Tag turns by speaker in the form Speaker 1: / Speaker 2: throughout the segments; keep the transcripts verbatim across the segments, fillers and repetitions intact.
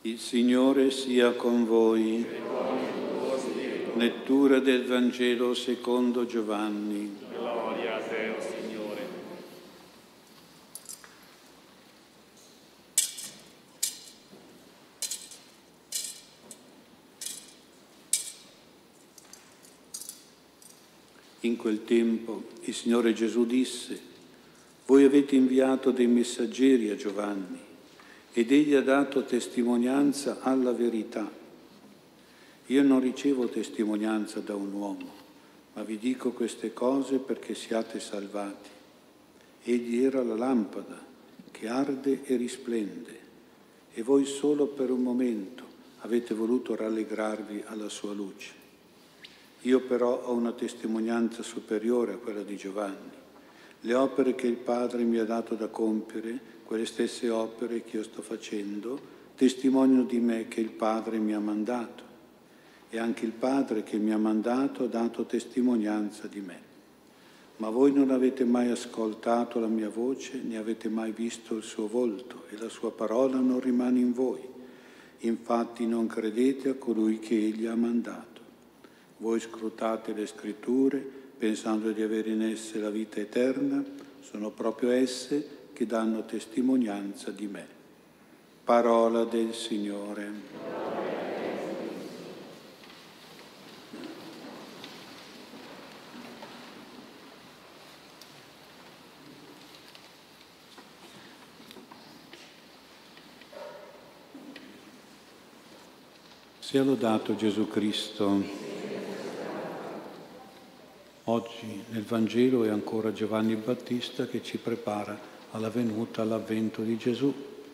Speaker 1: Il Signore sia con voi. Lettura del Vangelo secondo Giovanni.
Speaker 2: Gloria a te, o Signore.
Speaker 1: In quel tempo il Signore Gesù disse: voi avete inviato dei messaggeri a Giovanni ed egli ha dato testimonianza alla verità. Io non ricevo testimonianza da un uomo, ma vi dico queste cose perché siate salvati. Egli era la lampada che arde e risplende, e voi solo per un momento avete voluto rallegrarvi alla sua luce. Io però ho una testimonianza superiore a quella di Giovanni. Le opere che il Padre mi ha dato da compiere, quelle stesse opere che io sto facendo, testimoniano di me che il Padre mi ha mandato. E anche il Padre che mi ha mandato ha dato testimonianza di me. Ma voi non avete mai ascoltato la mia voce, né avete mai visto il suo volto, e la sua parola non rimane in voi. Infatti non credete a colui che egli ha mandato. Voi scrutate le scritture, pensando di avere in esse la vita eterna, sono proprio esse che danno testimonianza di me. Parola del Signore. Sia lodato Gesù Cristo. Oggi nel Vangelo è ancora Giovanni Battista che ci prepara alla venuta, all'avvento di Gesù,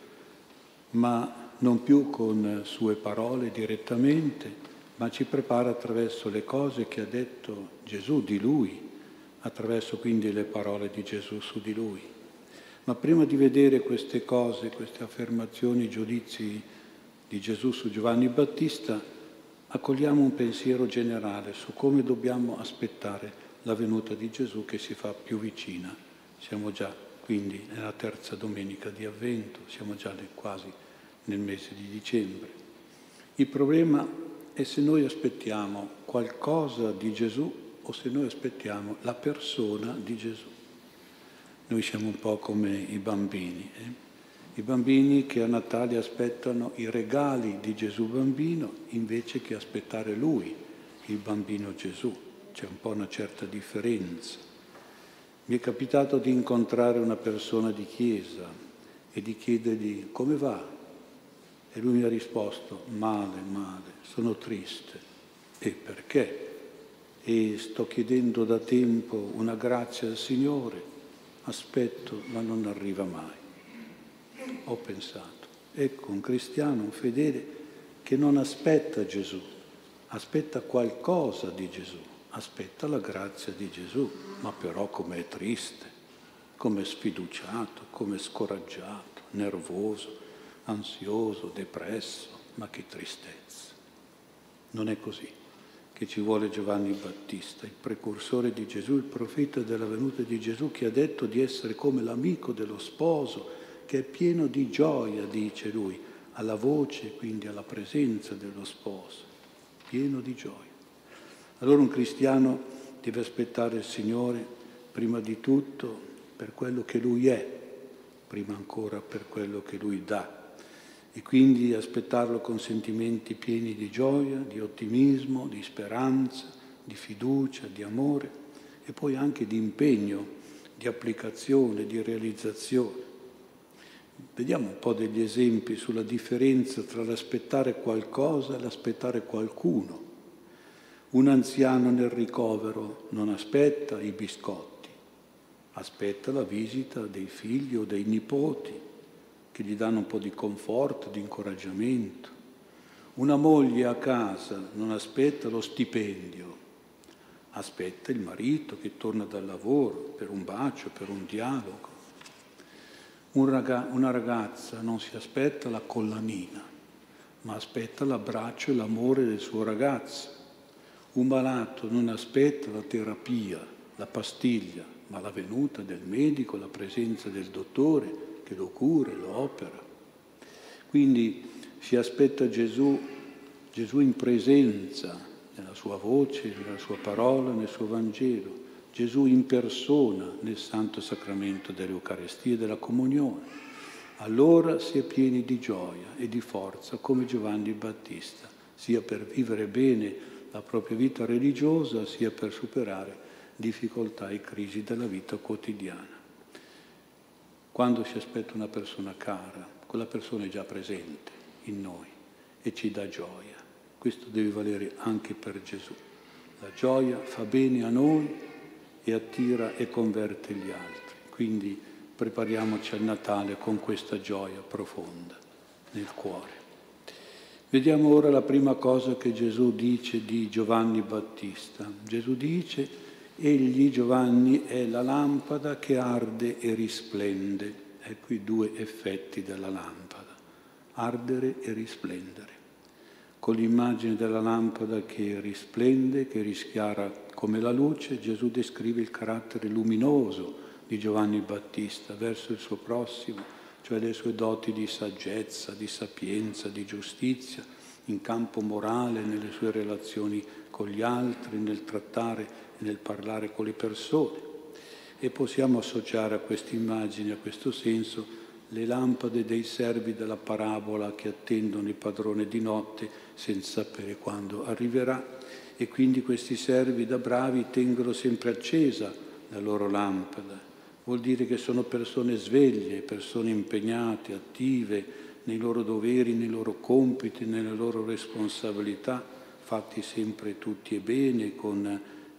Speaker 1: ma non più con sue parole direttamente, ma ci prepara attraverso le cose che ha detto Gesù di Lui, attraverso quindi le parole di Gesù su di Lui. Ma prima di vedere queste cose, queste affermazioni, giudizi di Gesù su Giovanni Battista, accogliamo un pensiero generale su come dobbiamo aspettare la venuta di Gesù che si fa più vicina. Siamo già quindi nella terza domenica di Avvento, siamo già quasi nel mese di dicembre. Il problema è se noi aspettiamo qualcosa di Gesù o se noi aspettiamo la persona di Gesù. Noi siamo un po' come i bambini, eh? I bambini che a Natale aspettano i regali di Gesù bambino invece che aspettare Lui, il bambino Gesù. C'è un po' una certa differenza. Mi è capitato di incontrare una persona di chiesa e di chiedergli come va. E lui mi ha risposto: male, male, sono triste. E perché? E sto chiedendo da tempo una grazia al Signore, aspetto ma non arriva mai. Ho pensato, ecco un cristiano, un fedele che non aspetta Gesù, aspetta qualcosa di Gesù, aspetta la grazia di Gesù, ma però com'è triste, com'è sfiduciato, com'è scoraggiato, nervoso, ansioso, depresso, ma che tristezza. Non è così che ci vuole Giovanni Battista, il precursore di Gesù, il profeta della venuta di Gesù, che ha detto di essere come l'amico dello sposo, che è pieno di gioia, dice lui, alla voce, quindi alla presenza dello sposo, pieno di gioia. Allora un cristiano deve aspettare il Signore prima di tutto per quello che Lui è, prima ancora per quello che Lui dà, e quindi aspettarlo con sentimenti pieni di gioia, di ottimismo, di speranza, di fiducia, di amore e poi anche di impegno, di applicazione, di realizzazione. Vediamo un po' degli esempi sulla differenza tra l'aspettare qualcosa e l'aspettare qualcuno. Un anziano nel ricovero non aspetta i biscotti, aspetta la visita dei figli o dei nipoti che gli danno un po' di conforto, di incoraggiamento. Una moglie a casa non aspetta lo stipendio, aspetta il marito che torna dal lavoro per un bacio, per un dialogo. Un raga- una ragazza non si aspetta la collanina, ma aspetta l'abbraccio e l'amore del suo ragazzo. Un malato non aspetta la terapia, la pastiglia, ma la venuta del medico, la presenza del dottore che lo cura, lo opera. Quindi si aspetta Gesù, Gesù in presenza, nella sua voce, nella sua parola, nel suo Vangelo, Gesù in persona nel Santo Sacramento dell'Eucaristia e della Comunione. Allora si è pieni di gioia e di forza come Giovanni Battista, sia per vivere bene la propria vita religiosa, sia per superare difficoltà e crisi della vita quotidiana. Quando si aspetta una persona cara, quella persona è già presente in noi e ci dà gioia. Questo deve valere anche per Gesù. La gioia fa bene a noi e attira e converte gli altri. Quindi prepariamoci al Natale con questa gioia profonda nel cuore. Vediamo ora la prima cosa che Gesù dice di Giovanni Battista. Gesù dice: egli, Giovanni, è la lampada che arde e risplende. Ecco i due effetti della lampada: ardere e risplendere. Con l'immagine della lampada che risplende, che rischiara come la luce, Gesù descrive il carattere luminoso di Giovanni Battista verso il suo prossimo, cioè le sue doti di saggezza, di sapienza, di giustizia, in campo morale, nelle sue relazioni con gli altri, nel trattare e nel parlare con le persone. E possiamo associare a questa immagine, a questo senso, le lampade dei servi della parabola che attendono il padrone di notte senza sapere quando arriverà, e quindi questi servi da bravi tengono sempre accesa la loro lampada. Vuol dire che sono persone sveglie, persone impegnate, attive nei loro doveri, nei loro compiti, nelle loro responsabilità, fatti sempre tutti e bene, con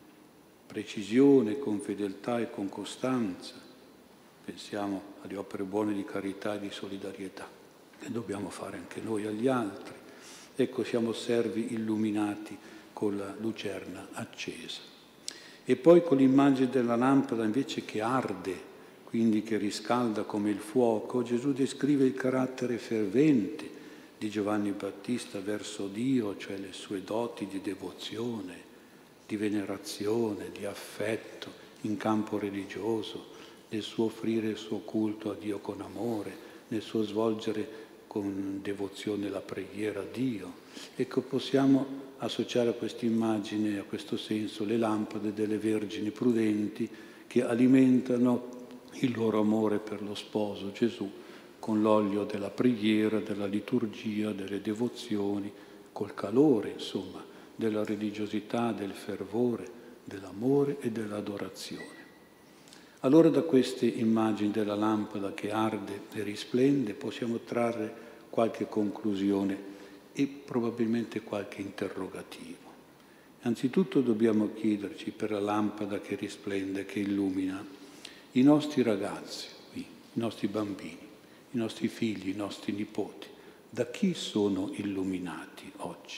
Speaker 1: precisione, con fedeltà e con costanza. Pensiamo alle opere buone di carità e di solidarietà che dobbiamo fare anche noi agli altri. Ecco, siamo servi illuminati con la lucerna accesa. E poi con l'immagine della lampada invece che arde, quindi che riscalda come il fuoco, Gesù descrive il carattere fervente di Giovanni Battista verso Dio, cioè le sue doti di devozione, di venerazione, di affetto in campo religioso, nel suo offrire il suo culto a Dio con amore, nel suo svolgere con devozione la preghiera a Dio. Ecco, possiamo associare a questa immagine, a questo senso, le lampade delle vergini prudenti che alimentano il loro amore per lo sposo Gesù con l'olio della preghiera, della liturgia, delle devozioni, col calore, insomma, della religiosità, del fervore, dell'amore e dell'adorazione. Allora da queste immagini della lampada che arde e risplende possiamo trarre qualche conclusione e probabilmente qualche interrogativo. Anzitutto dobbiamo chiederci, per la lampada che risplende, che illumina, i nostri ragazzi, qui, i nostri bambini, i nostri figli, i nostri nipoti, da chi sono illuminati oggi?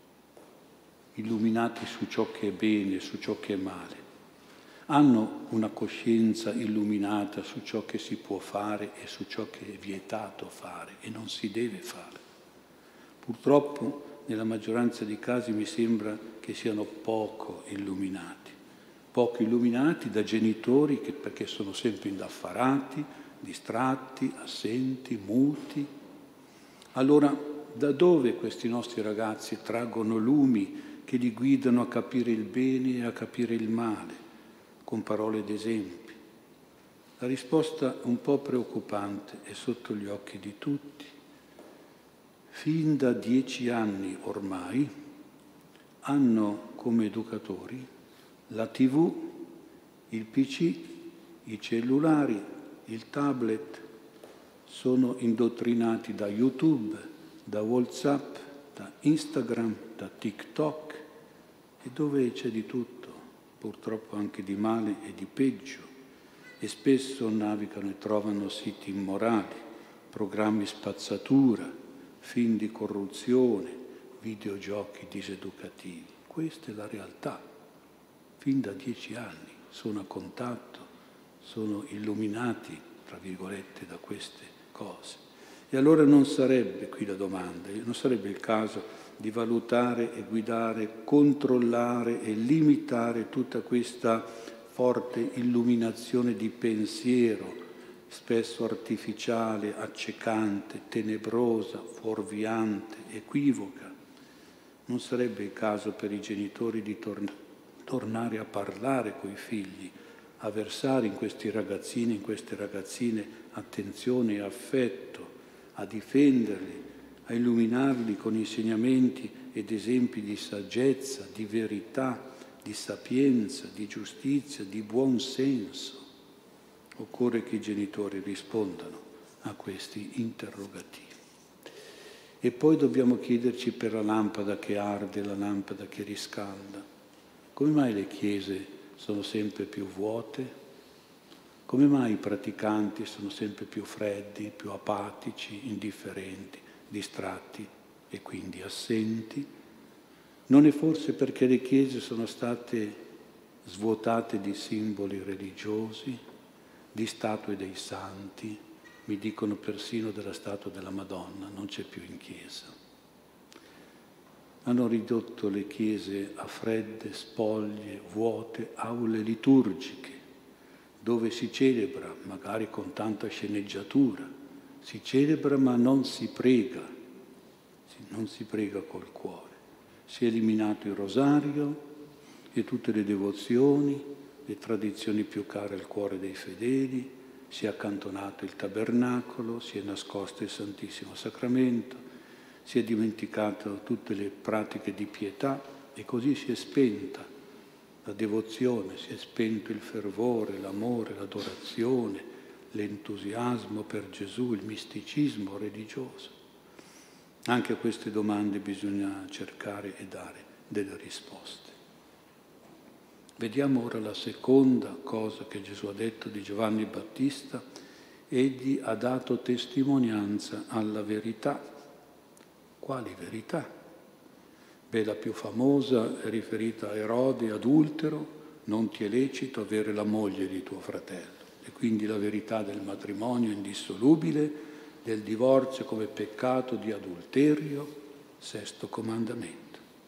Speaker 1: Illuminati su ciò che è bene, su ciò che è male. Hanno una coscienza illuminata su ciò che si può fare e su ciò che è vietato fare e non si deve fare. Purtroppo nella maggioranza dei casi mi sembra che siano poco illuminati, poco illuminati da genitori che, perché sono sempre indaffarati, distratti, assenti, muti. Allora, da dove questi nostri ragazzi traggono lumi che li guidano a capire il bene e a capire il male, con parole ed esempi? La risposta un po' preoccupante è sotto gli occhi di tutti. Fin da dieci anni ormai hanno come educatori la tivù, il pi ci, i cellulari, il tablet, sono indottrinati da YouTube, da WhatsApp, da Instagram, da TikTok, e dove c'è di tutto, purtroppo anche di male e di peggio, e spesso navigano e trovano siti immorali, programmi spazzatura, film di corruzione, videogiochi diseducativi. Questa è la realtà. Fin da dieci anni sono a contatto, sono illuminati, tra virgolette, da queste cose. E allora non sarebbe qui la domanda, non sarebbe il caso di valutare e guidare, controllare e limitare tutta questa forte illuminazione di pensiero spesso artificiale, accecante, tenebrosa, fuorviante, equivoca. Non sarebbe il caso per i genitori di tor- tornare a parlare coi figli, a versare in questi ragazzini, in queste ragazzine attenzione e affetto, a difenderli, a illuminarli con insegnamenti ed esempi di saggezza, di verità, di sapienza, di giustizia, di buon senso. Occorre che i genitori rispondano a questi interrogativi. E poi dobbiamo chiederci per la lampada che arde, la lampada che riscalda. Come mai le chiese sono sempre più vuote? Come mai i praticanti sono sempre più freddi, più apatici, indifferenti, distratti e quindi assenti? Non è forse perché le chiese sono state svuotate di simboli religiosi, di statue dei santi? Mi dicono persino della statua della Madonna, non c'è più in chiesa. Hanno ridotto le chiese a fredde, spoglie, vuote, aule liturgiche, dove si celebra, magari con tanta sceneggiatura, si celebra ma non si prega, non si prega col cuore. Si è eliminato il rosario e tutte le devozioni, le tradizioni più care al cuore dei fedeli, si è accantonato il tabernacolo, si è nascosto il Santissimo Sacramento, si è dimenticato tutte le pratiche di pietà e così si è spenta la devozione, si è spento il fervore, l'amore, l'adorazione, l'entusiasmo per Gesù, il misticismo religioso. Anche a queste domande bisogna cercare e dare delle risposte. Vediamo ora la seconda cosa che Gesù ha detto di Giovanni Battista. Egli ha dato testimonianza alla verità. Quali verità? Beh, la più famosa è riferita a Erode, adultero, non ti è lecito avere la moglie di tuo fratello. E quindi la verità del matrimonio indissolubile, del divorzio come peccato di adulterio, sesto comandamento.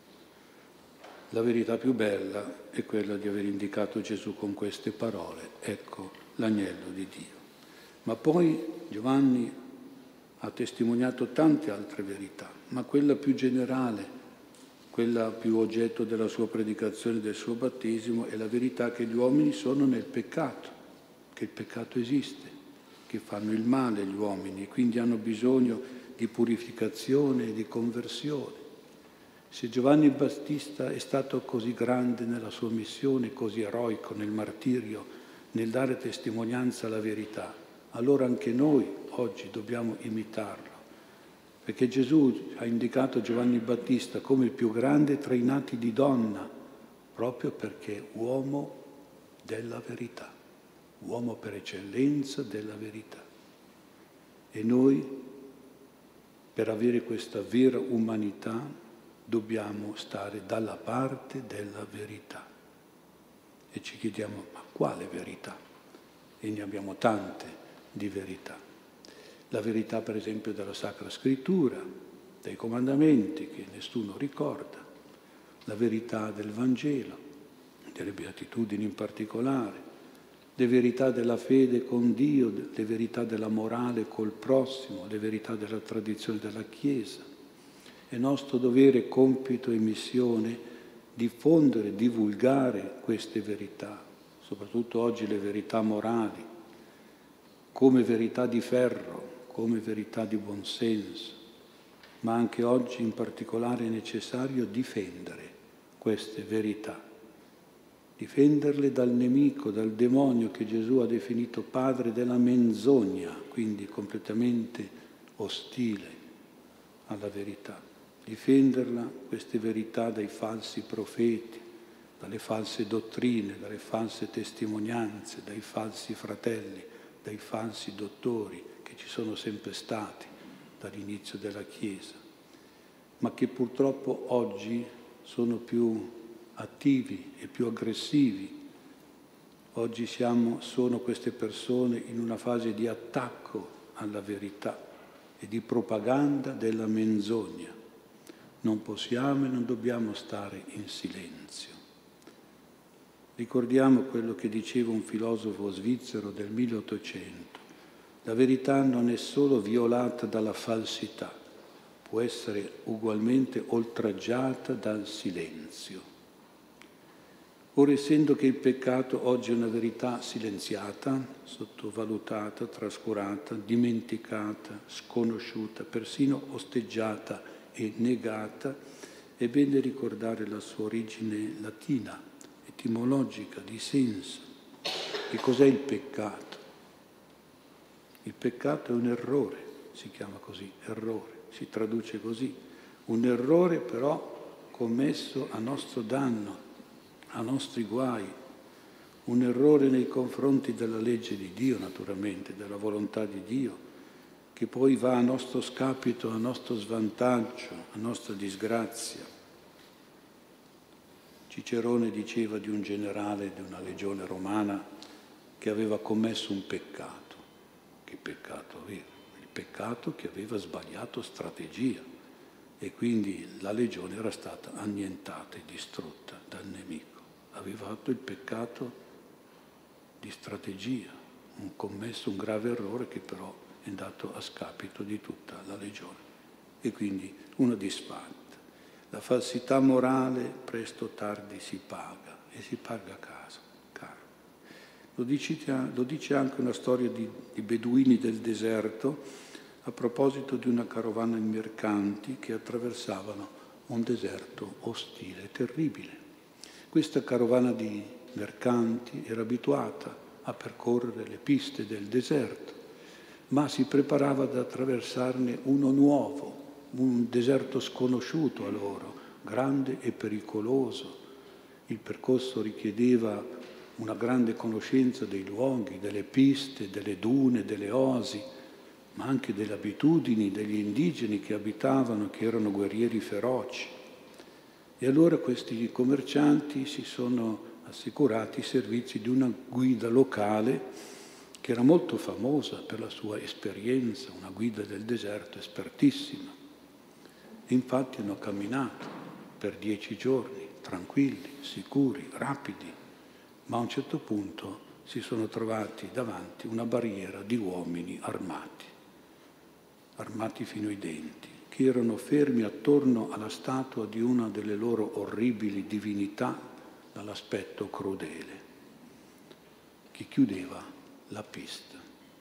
Speaker 1: La verità più bella è quella di aver indicato Gesù con queste parole, ecco l'agnello di Dio. Ma poi Giovanni ha testimoniato tante altre verità, ma quella più generale, quella più oggetto della sua predicazione e del suo battesimo, è la verità che gli uomini sono nel peccato, che il peccato esiste, che fanno il male gli uomini e quindi hanno bisogno di purificazione e di conversione. Se Giovanni Battista è stato così grande nella sua missione, così eroico nel martirio, nel dare testimonianza alla verità, allora anche noi oggi dobbiamo imitarlo. Perché Gesù ha indicato Giovanni Battista come il più grande tra i nati di donna, proprio perché è uomo della verità, uomo per eccellenza della verità. E noi, per avere questa vera umanità, dobbiamo stare dalla parte della verità. E ci chiediamo, ma quale verità? E ne abbiamo tante di verità. La verità, per esempio, della Sacra Scrittura, dei comandamenti che nessuno ricorda, la verità del Vangelo, delle Beatitudini in particolare, le verità della fede con Dio, le verità della morale col prossimo, le verità della tradizione della Chiesa. È nostro dovere, compito e missione diffondere, divulgare queste verità, soprattutto oggi le verità morali, come verità di ferro, come verità di buonsenso, ma anche oggi in particolare è necessario difendere queste verità, difenderle dal nemico, dal demonio che Gesù ha definito padre della menzogna, quindi completamente ostile alla verità. Difenderla, queste verità, dai falsi profeti, dalle false dottrine, dalle false testimonianze, dai falsi fratelli, dai falsi dottori che ci sono sempre stati dall'inizio della Chiesa, ma che purtroppo oggi sono più attivi e più aggressivi. Oggi siamo, sono queste persone in una fase di attacco alla verità e di propaganda della menzogna. Non possiamo e non dobbiamo stare in silenzio. Ricordiamo quello che diceva un filosofo svizzero del milleottocento. La verità non è solo violata dalla falsità, può essere ugualmente oltraggiata dal silenzio. Ora, essendo che il peccato oggi è una verità silenziata, sottovalutata, trascurata, dimenticata, sconosciuta, persino osteggiata e negata, è bene ricordare la sua origine latina, etimologica, di senso. E cos'è il peccato? Il peccato è un errore, si chiama così, errore, si traduce così. Un errore però commesso a nostro danno, a nostri guai, un errore nei confronti della legge di Dio, naturalmente, della volontà di Dio, che poi va a nostro scapito, a nostro svantaggio, a nostra disgrazia. Cicerone diceva di un generale di una legione romana che aveva commesso un peccato. Che peccato aveva? Il peccato che aveva sbagliato strategia e quindi la legione era stata annientata e distrutta dal nemico. Aveva fatto il peccato di strategia, un commesso un grave errore che però è andato a scapito di tutta la legione e quindi una disfatta. La falsità morale presto o tardi si paga e si paga a casa, caro. Lo dice, lo dice anche una storia di, di beduini del deserto a proposito di una carovana di mercanti che attraversavano un deserto ostile, terribile. Questa carovana di mercanti era abituata a percorrere le piste del deserto, ma si preparava ad attraversarne uno nuovo, un deserto sconosciuto a loro, grande e pericoloso. Il percorso richiedeva una grande conoscenza dei luoghi, delle piste, delle dune, delle oasi, ma anche delle abitudini degli indigeni che abitavano, che erano guerrieri feroci. E allora questi commercianti si sono assicurati i servizi di una guida locale che era molto famosa per la sua esperienza, una guida del deserto espertissima. E infatti hanno camminato per dieci giorni, tranquilli, sicuri, rapidi, ma a un certo punto si sono trovati davanti una barriera di uomini armati, armati fino ai denti, che erano fermi attorno alla statua di una delle loro orribili divinità dall'aspetto crudele, che chiudeva la pista.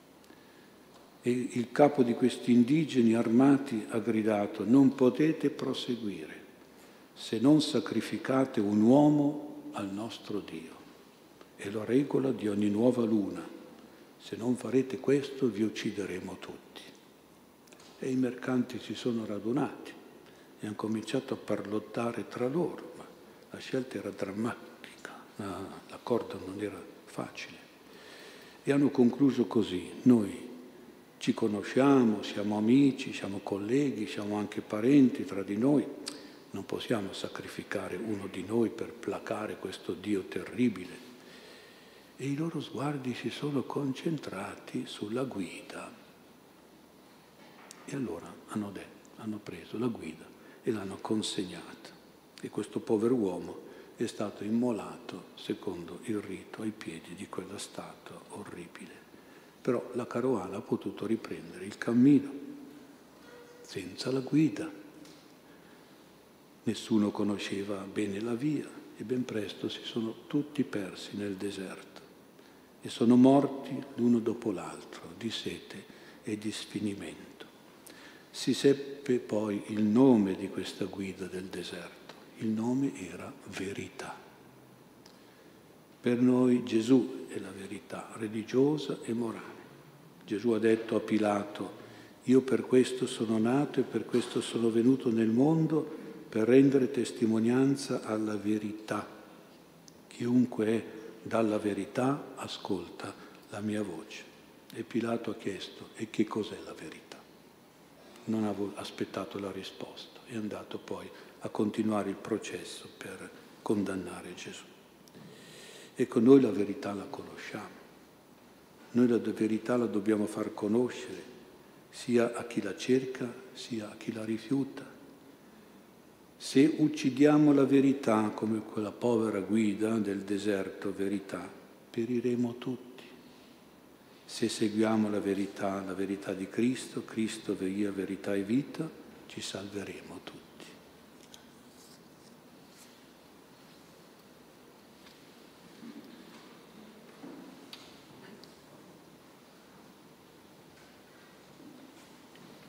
Speaker 1: E il capo di questi indigeni armati ha gridato: non potete proseguire se non sacrificate un uomo al nostro Dio. È la regola di ogni nuova luna. Se non farete questo vi uccideremo tutti. E i mercanti si sono radunati e hanno cominciato a parlottare tra loro, ma la scelta era drammatica, l'accordo non era facile. E hanno concluso così: noi ci conosciamo, siamo amici, siamo colleghi, siamo anche parenti tra di noi, non possiamo sacrificare uno di noi per placare questo Dio terribile. E i loro sguardi si sono concentrati sulla guida. E allora hanno detto, hanno preso la guida e l'hanno consegnata. E questo povero uomo è stato immolato secondo il rito ai piedi di quella statua orribile. Però la carovana ha potuto riprendere il cammino senza la guida. Nessuno conosceva bene la via e ben presto si sono tutti persi nel deserto e sono morti l'uno dopo l'altro di sete e di sfinimento. Si seppe poi il nome di questa guida del deserto. Il nome era verità. Per noi Gesù è la verità religiosa e morale. Gesù ha detto a Pilato: io per questo sono nato e per questo sono venuto nel mondo, per rendere testimonianza alla verità. Chiunque è dalla verità ascolta la mia voce. E Pilato ha chiesto: e che cos'è la verità? Non ha aspettato la risposta, è andato poi a continuare il processo per condannare Gesù. Ecco, noi la verità la conosciamo, noi la verità la dobbiamo far conoscere sia a chi la cerca sia a chi la rifiuta. Se uccidiamo la verità come quella povera guida del deserto verità, periremo tutti. Se seguiamo la verità, la verità di Cristo, Cristo, via, verità e vita, ci salveremo.